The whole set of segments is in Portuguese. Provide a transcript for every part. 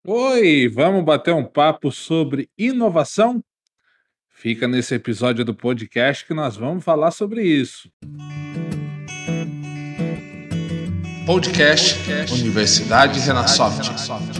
Oi, vamos bater um papo sobre inovação? Fica nesse episódio do podcast que nós vamos falar sobre isso. Podcast Universidade Renasoft.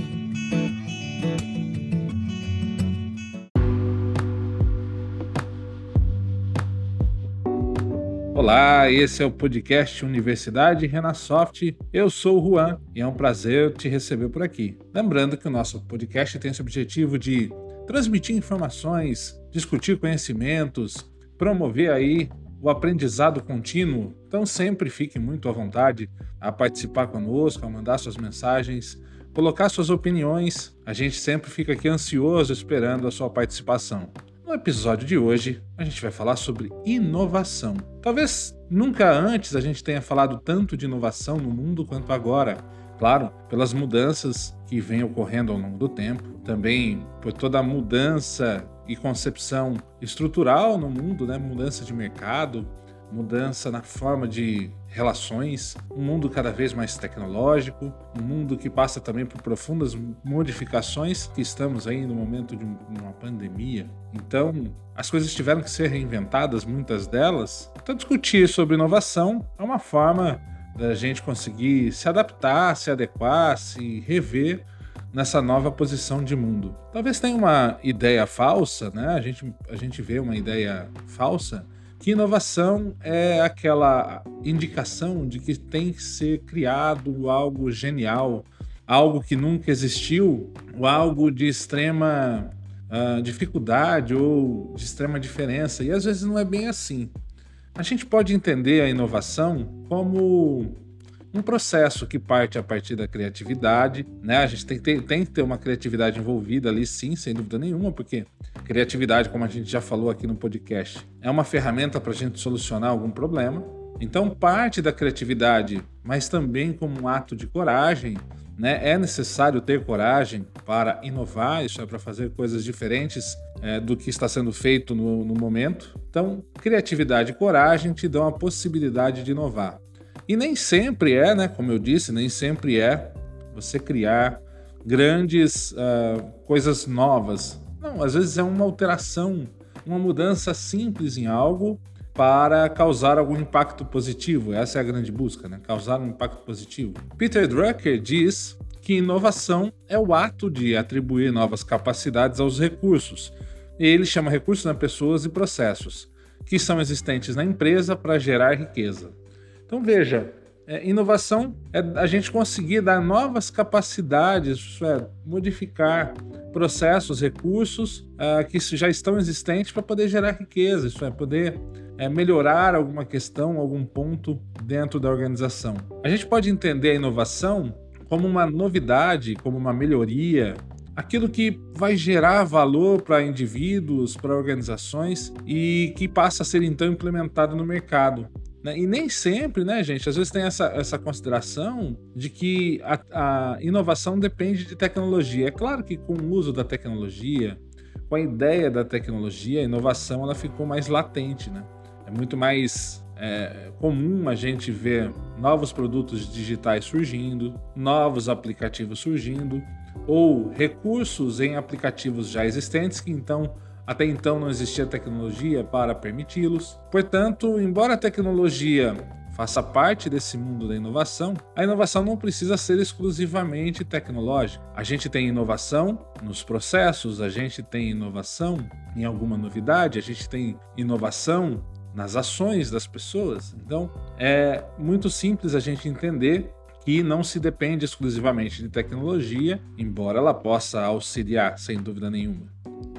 Olá, esse é o podcast Universidade Renasoft. Eu sou o Juan e é um prazer te receber por aqui. Lembrando que o nosso podcast tem esse objetivo de transmitir informações, discutir conhecimentos, promover aí o aprendizado contínuo. Então sempre fique muito à vontade a participar conosco, a mandar suas mensagens, colocar suas opiniões. A gente sempre fica aqui ansioso esperando a sua participação. No episódio de hoje, a gente vai falar sobre inovação. Talvez nunca antes a gente tenha falado tanto de inovação no mundo quanto agora. Claro, pelas mudanças que vêm ocorrendo ao longo do tempo, também por toda a mudança e concepção estrutural no mundo, né? Mudança de mercado, mudança na forma de relações, um mundo cada vez mais tecnológico, um mundo que passa também por profundas modificações, que estamos aí no momento de uma pandemia. Então, as coisas tiveram que ser reinventadas, muitas delas. Então, discutir sobre inovação é uma forma da gente conseguir se adaptar, se adequar, se rever nessa nova posição de mundo. Talvez tenha uma ideia falsa, né? A gente vê uma ideia falsa que inovação é aquela indicação de que tem que ser criado algo genial, algo que nunca existiu, ou algo de extrema dificuldade ou de extrema diferença. E às vezes não é bem assim. A gente pode entender a inovação como um processo que parte a partir da criatividade, né? A gente tem que ter uma criatividade envolvida ali, sim, sem dúvida nenhuma, porque criatividade, como a gente já falou aqui no podcast, é uma ferramenta para a gente solucionar algum problema. Então, parte da criatividade, mas também como um ato de coragem, né? É necessário ter coragem para inovar, isso é para fazer coisas diferentes do que está sendo feito no momento. Então, criatividade e coragem te dão a possibilidade de inovar. E nem sempre é, né? Como eu disse, nem sempre é você criar grandes coisas novas. Não, às vezes é uma alteração, uma mudança simples em algo para causar algum impacto positivo. Essa é a grande busca, né? Causar um impacto positivo. Peter Drucker diz que inovação é o ato de atribuir novas capacidades aos recursos. Ele chama recursos, né, pessoas e processos que são existentes na empresa para gerar riqueza. Então veja, inovação é a gente conseguir dar novas capacidades, isso é, modificar processos, recursos que já estão existentes para poder gerar riqueza, isso é, poder melhorar alguma questão, algum ponto dentro da organização. A gente pode entender a inovação como uma novidade, como uma melhoria, aquilo que vai gerar valor para indivíduos, para organizações e que passa a ser então implementado no mercado. E nem sempre, né, gente? Às vezes tem essa consideração de que a inovação depende de tecnologia. É claro que com o uso da tecnologia, com a ideia da tecnologia, a inovação ela ficou mais latente, né? É muito mais comum a gente ver novos produtos digitais surgindo, novos aplicativos surgindo, ou recursos em aplicativos já existentes que até então não existia tecnologia para permiti-los. Portanto, embora a tecnologia faça parte desse mundo da inovação, a inovação não precisa ser exclusivamente tecnológica. A gente tem inovação nos processos, a gente tem inovação em alguma novidade, a gente tem inovação nas ações das pessoas. Então, é muito simples a gente entender que não se depende exclusivamente de tecnologia, embora ela possa auxiliar, sem dúvida nenhuma.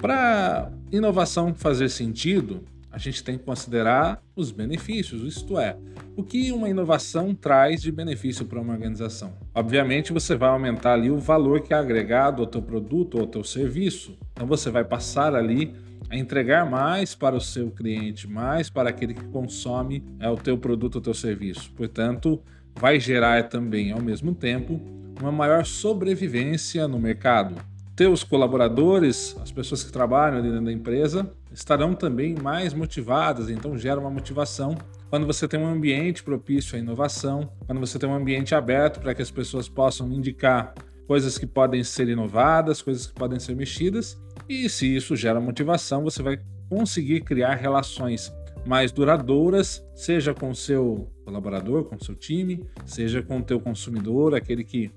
Para inovação fazer sentido, a gente tem que considerar os benefícios, isto é, o que uma inovação traz de benefício para uma organização. Obviamente, você vai aumentar ali o valor que é agregado ao teu produto ou ao teu serviço. Então, você vai passar ali a entregar mais para o seu cliente, mais para aquele que consome o teu produto ou o teu serviço. Portanto, vai gerar também, ao mesmo tempo, uma maior sobrevivência no mercado. Teus colaboradores, as pessoas que trabalham ali dentro da empresa, estarão também mais motivadas, então gera uma motivação quando você tem um ambiente propício à inovação, quando você tem um ambiente aberto para que as pessoas possam indicar coisas que podem ser inovadas, coisas que podem ser mexidas, e se isso gera motivação, você vai conseguir criar relações mais duradouras, seja com o seu colaborador, com o seu time, seja com o teu consumidor, aquele que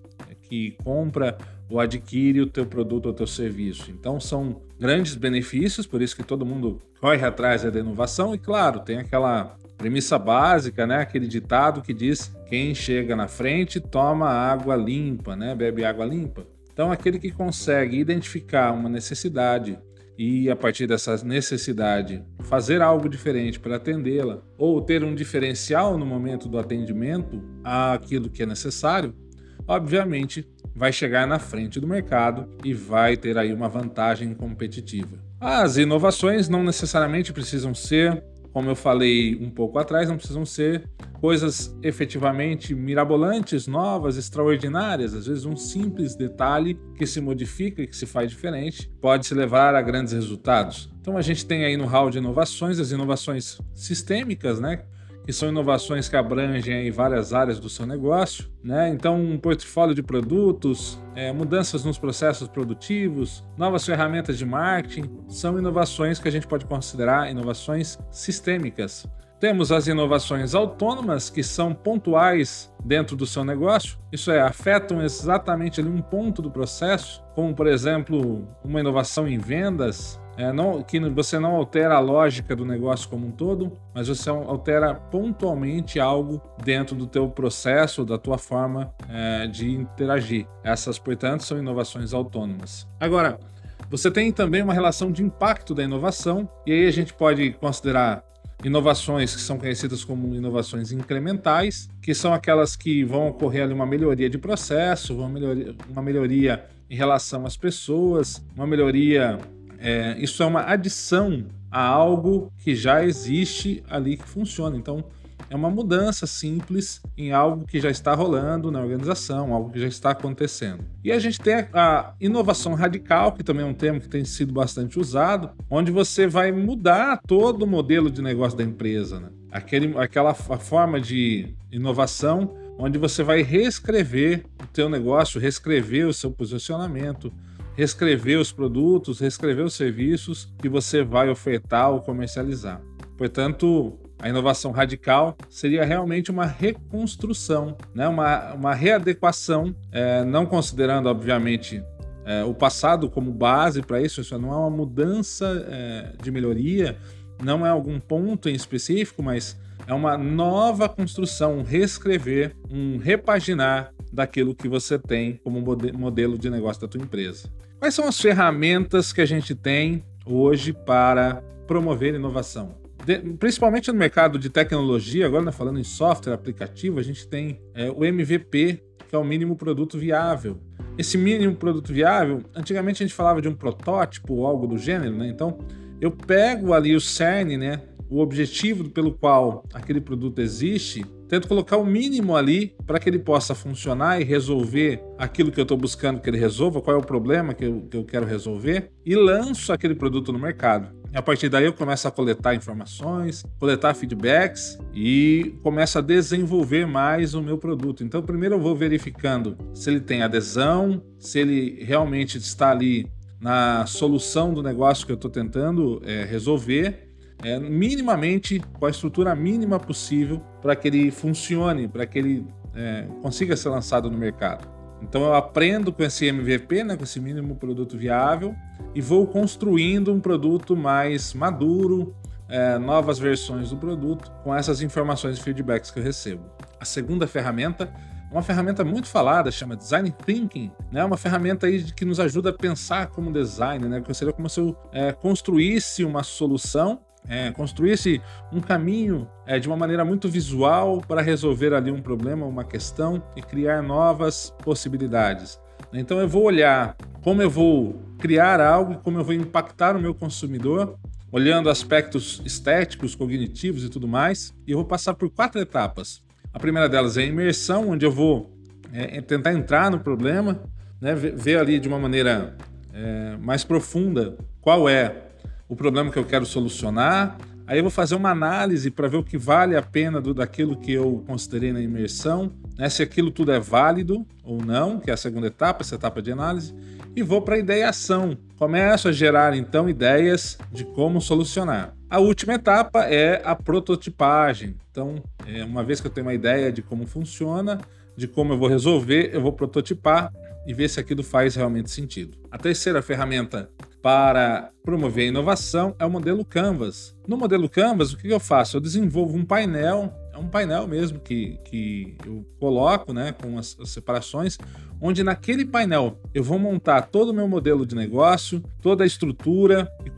compra ou adquire o teu produto ou o teu serviço. Então são grandes benefícios, por isso que todo mundo corre atrás da inovação e claro, tem aquela premissa básica, né? Aquele ditado que diz: quem chega na frente toma água limpa, né? Bebe água limpa. Então aquele que consegue identificar uma necessidade e a partir dessa necessidade fazer algo diferente para atendê-la ou ter um diferencial no momento do atendimento àquilo que é necessário, obviamente vai chegar na frente do mercado e vai ter aí uma vantagem competitiva. As inovações não necessariamente precisam ser, como eu falei um pouco atrás, não precisam ser coisas efetivamente mirabolantes, novas, extraordinárias. Às vezes um simples detalhe que se modifica e que se faz diferente pode se levar a grandes resultados. Então a gente tem aí no hall de inovações as inovações sistêmicas, né? Que são inovações que abrangem aí várias áreas do seu negócio, né? Então, um portfólio de produtos, mudanças nos processos produtivos, novas ferramentas de marketing, são inovações que a gente pode considerar inovações sistêmicas. Temos as inovações autônomas, que são pontuais dentro do seu negócio, isso é, afetam exatamente ali um ponto do processo, como, por exemplo, uma inovação em vendas, que você não altera a lógica do negócio como um todo, mas você altera pontualmente algo dentro do teu processo, da tua forma de interagir. Essas, portanto, são inovações autônomas. Agora, você tem também uma relação de impacto da inovação, e aí a gente pode considerar inovações que são conhecidas como inovações incrementais, que são aquelas que vão ocorrer ali uma melhoria de processo, uma melhoria em relação às pessoas, uma melhoria... isso é uma adição a algo que já existe ali que funciona. Então, é uma mudança simples em algo que já está rolando na organização, algo que já está acontecendo. E a gente tem a inovação radical, que também é um termo que tem sido bastante usado, onde você vai mudar todo o modelo de negócio da empresa, né? Aquela forma de inovação onde você vai reescrever o teu negócio, reescrever o seu posicionamento, reescrever os produtos, reescrever os serviços que você vai ofertar ou comercializar. Portanto, a inovação radical seria realmente uma reconstrução, né? uma readequação, não considerando, obviamente, o passado como base para isso. Isso não é uma mudança de melhoria, não é algum ponto em específico, mas é uma nova construção, um reescrever, um repaginar daquilo que você tem como modelo de negócio da tua empresa. Quais são as ferramentas que a gente tem hoje para promover inovação? Principalmente no mercado de tecnologia, agora falando em software, aplicativo, a gente tem o MVP, que é o mínimo produto viável. Esse mínimo produto viável, antigamente a gente falava de um protótipo ou algo do gênero, né? Então eu pego ali o cerne, né? O objetivo pelo qual aquele produto existe, tento colocar o mínimo ali para que ele possa funcionar e resolver aquilo que eu estou buscando que ele resolva, qual é o problema que eu quero resolver, e lanço aquele produto no mercado. E a partir daí eu começo a coletar informações, coletar feedbacks e começo a desenvolver mais o meu produto. Então primeiro eu vou verificando se ele tem adesão, se ele realmente está ali na solução do negócio que eu estou tentando resolver, minimamente, com a estrutura mínima possível para que ele funcione, para que ele consiga ser lançado no mercado. Então eu aprendo com esse MVP, né, com esse mínimo produto viável, e vou construindo um produto mais maduro, novas versões do produto, com essas informações e feedbacks que eu recebo. A segunda ferramenta é uma ferramenta muito falada, chama Design Thinking, né? Uma ferramenta aí que nos ajuda a pensar como design, né? Que seria como se eu construísse uma solução, construísse um caminho de uma maneira muito visual para resolver ali um problema, uma questão e criar novas possibilidades. Então eu vou olhar como eu vou criar algo, como eu vou impactar o meu consumidor, olhando aspectos estéticos, cognitivos e tudo mais, e eu vou passar por 4 etapas. A primeira delas é a imersão, onde eu vou tentar entrar no problema, né, ver ali de uma maneira mais profunda qual é o problema que eu quero solucionar. Aí eu vou fazer uma análise para ver o que vale a pena daquilo que eu considerei na imersão, né, se aquilo tudo é válido ou não, que é a segunda etapa, essa etapa de análise, e vou para a ideação. Começo a gerar, então, ideias de como solucionar. A última etapa é a prototipagem. Então, uma vez que eu tenho uma ideia de como funciona, de como eu vou resolver, eu vou prototipar e ver se aquilo faz realmente sentido. A terceira ferramenta para promover a inovação é o modelo Canvas. No modelo Canvas, o que eu faço? Eu desenvolvo um painel, é um painel mesmo que eu coloco, né, com as separações, onde naquele painel eu vou montar todo o meu modelo de negócio, toda a estrutura e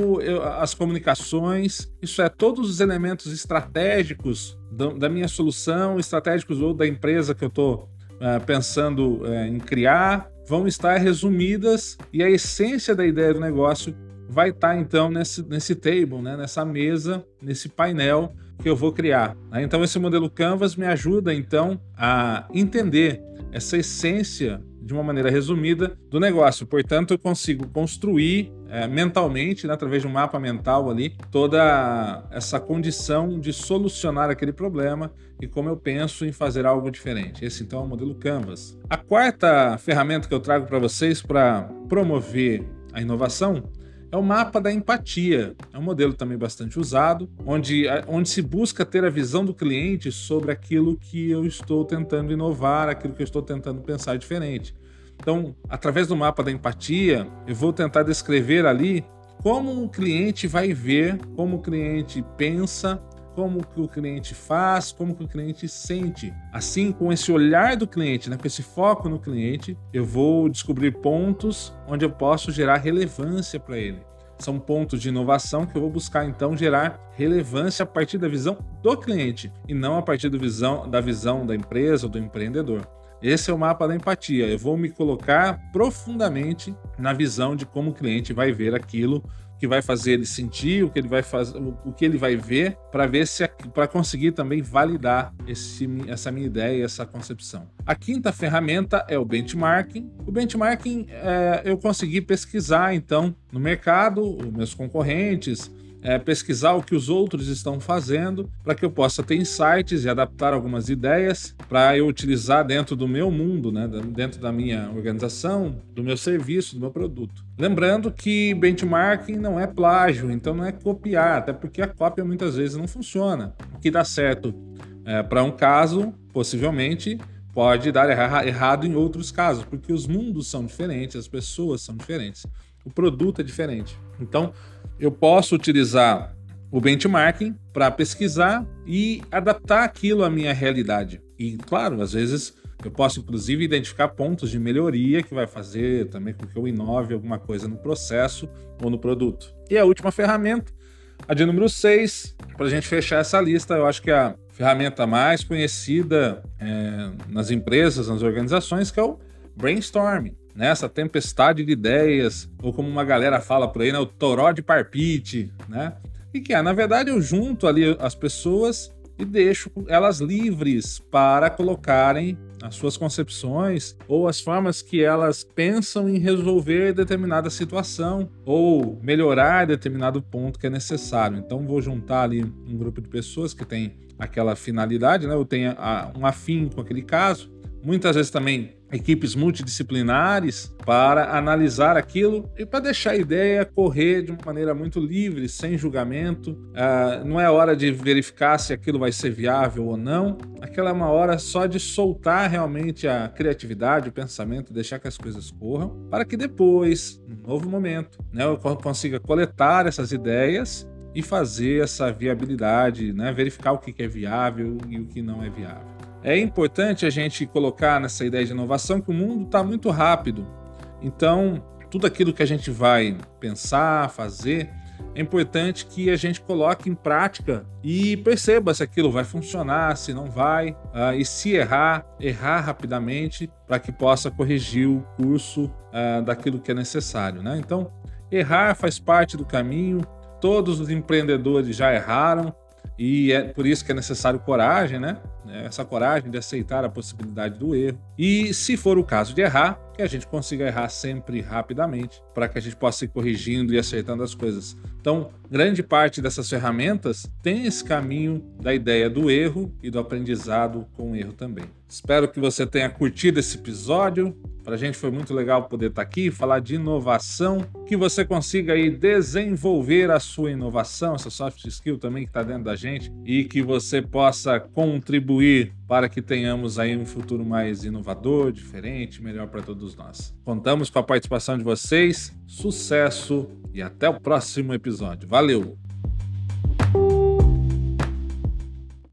as comunicações, isso é, todos os elementos estratégicos da minha solução, estratégicos ou da empresa que eu estou pensando em criar, vão estar resumidas e a essência da ideia do negócio vai estar então nesse table, né, nessa mesa, nesse painel que eu vou criar. Então esse modelo Canvas me ajuda então a entender essa essência de uma maneira resumida do negócio. Portanto, eu consigo construir mentalmente, né, através de um mapa mental ali, toda essa condição de solucionar aquele problema e como eu penso em fazer algo diferente. Esse então é o modelo Canvas. A quarta ferramenta que eu trago para vocês para promover a inovação é o mapa da empatia. É um modelo também bastante usado, onde se busca ter a visão do cliente sobre aquilo que eu estou tentando inovar, aquilo que eu estou tentando pensar diferente. Então, através do mapa da empatia, eu vou tentar descrever ali como o cliente vai ver, como o cliente pensa, como que o cliente faz, como que o cliente sente. Assim, com esse olhar do cliente, né, com esse foco no cliente, eu vou descobrir pontos onde eu posso gerar relevância para ele. São pontos de inovação que eu vou buscar, então, gerar relevância a partir da visão do cliente e não a partir da visão da empresa ou do empreendedor. Esse é o mapa da empatia. Eu vou me colocar profundamente na visão de como o cliente vai ver aquilo, que vai fazer ele sentir, o que ele vai fazer, o que ele vai ver, para conseguir também validar essa minha ideia, essa concepção. A quinta ferramenta é o benchmarking. O benchmarking eu consegui pesquisar então no mercado, os meus concorrentes, pesquisar o que os outros estão fazendo para que eu possa ter insights e adaptar algumas ideias para eu utilizar dentro do meu mundo, né, dentro da minha organização, do meu serviço, do meu produto. Lembrando que benchmarking não é plágio, então não é copiar, até porque a cópia muitas vezes não funciona. O que dá certo para um caso, possivelmente, pode dar errado em outros casos, porque os mundos são diferentes, as pessoas são diferentes, o produto é diferente. Então, eu posso utilizar o benchmarking para pesquisar e adaptar aquilo à minha realidade. E, claro, às vezes eu posso, inclusive, identificar pontos de melhoria que vai fazer também com que eu inove alguma coisa no processo ou no produto. E a última ferramenta, a de número 6, para a gente fechar essa lista, eu acho que é a ferramenta mais conhecida nas empresas, nas organizações, que é o brainstorming. Nessa tempestade de ideias, ou como uma galera fala por aí, né, o toró de parpite, né? E que na verdade, eu junto ali as pessoas e deixo elas livres para colocarem as suas concepções ou as formas que elas pensam em resolver determinada situação ou melhorar determinado ponto que é necessário. Então, vou juntar ali um grupo de pessoas que tem aquela finalidade, né? Eu tenho um afim com aquele caso. Muitas vezes também equipes multidisciplinares para analisar aquilo e para deixar a ideia correr de uma maneira muito livre, sem julgamento. Não é hora de verificar se aquilo vai ser viável ou não. Aquela é uma hora só de soltar realmente a criatividade, o pensamento, deixar que as coisas corram, para que depois, num novo momento, né, eu consiga coletar essas ideias e fazer essa viabilidade, né, verificar o que é viável e o que não é viável. É importante a gente colocar nessa ideia de inovação que o mundo está muito rápido. Então, tudo aquilo que a gente vai pensar, fazer, é importante que a gente coloque em prática e perceba se aquilo vai funcionar, se não vai, e se errar rapidamente para que possa corrigir o curso daquilo que é necessário, né? Então, errar faz parte do caminho, todos os empreendedores já erraram, E é por isso que é necessário coragem, né? Essa coragem de aceitar a possibilidade do erro. E, se for o caso de errar, que a gente consiga errar sempre rapidamente, para que a gente possa ir corrigindo e acertando as coisas. Então, grande parte dessas ferramentas tem esse caminho da ideia do erro e do aprendizado com o erro também. Espero que você tenha curtido esse episódio. Para a gente foi muito legal poder estar aqui, falar de inovação, que você consiga aí desenvolver a sua inovação, essa soft skill também que está dentro da gente, e que você possa contribuir para que tenhamos aí um futuro mais inovador, diferente, melhor para todos nós. Contamos com a participação de vocês, sucesso e até o próximo episódio. Valeu!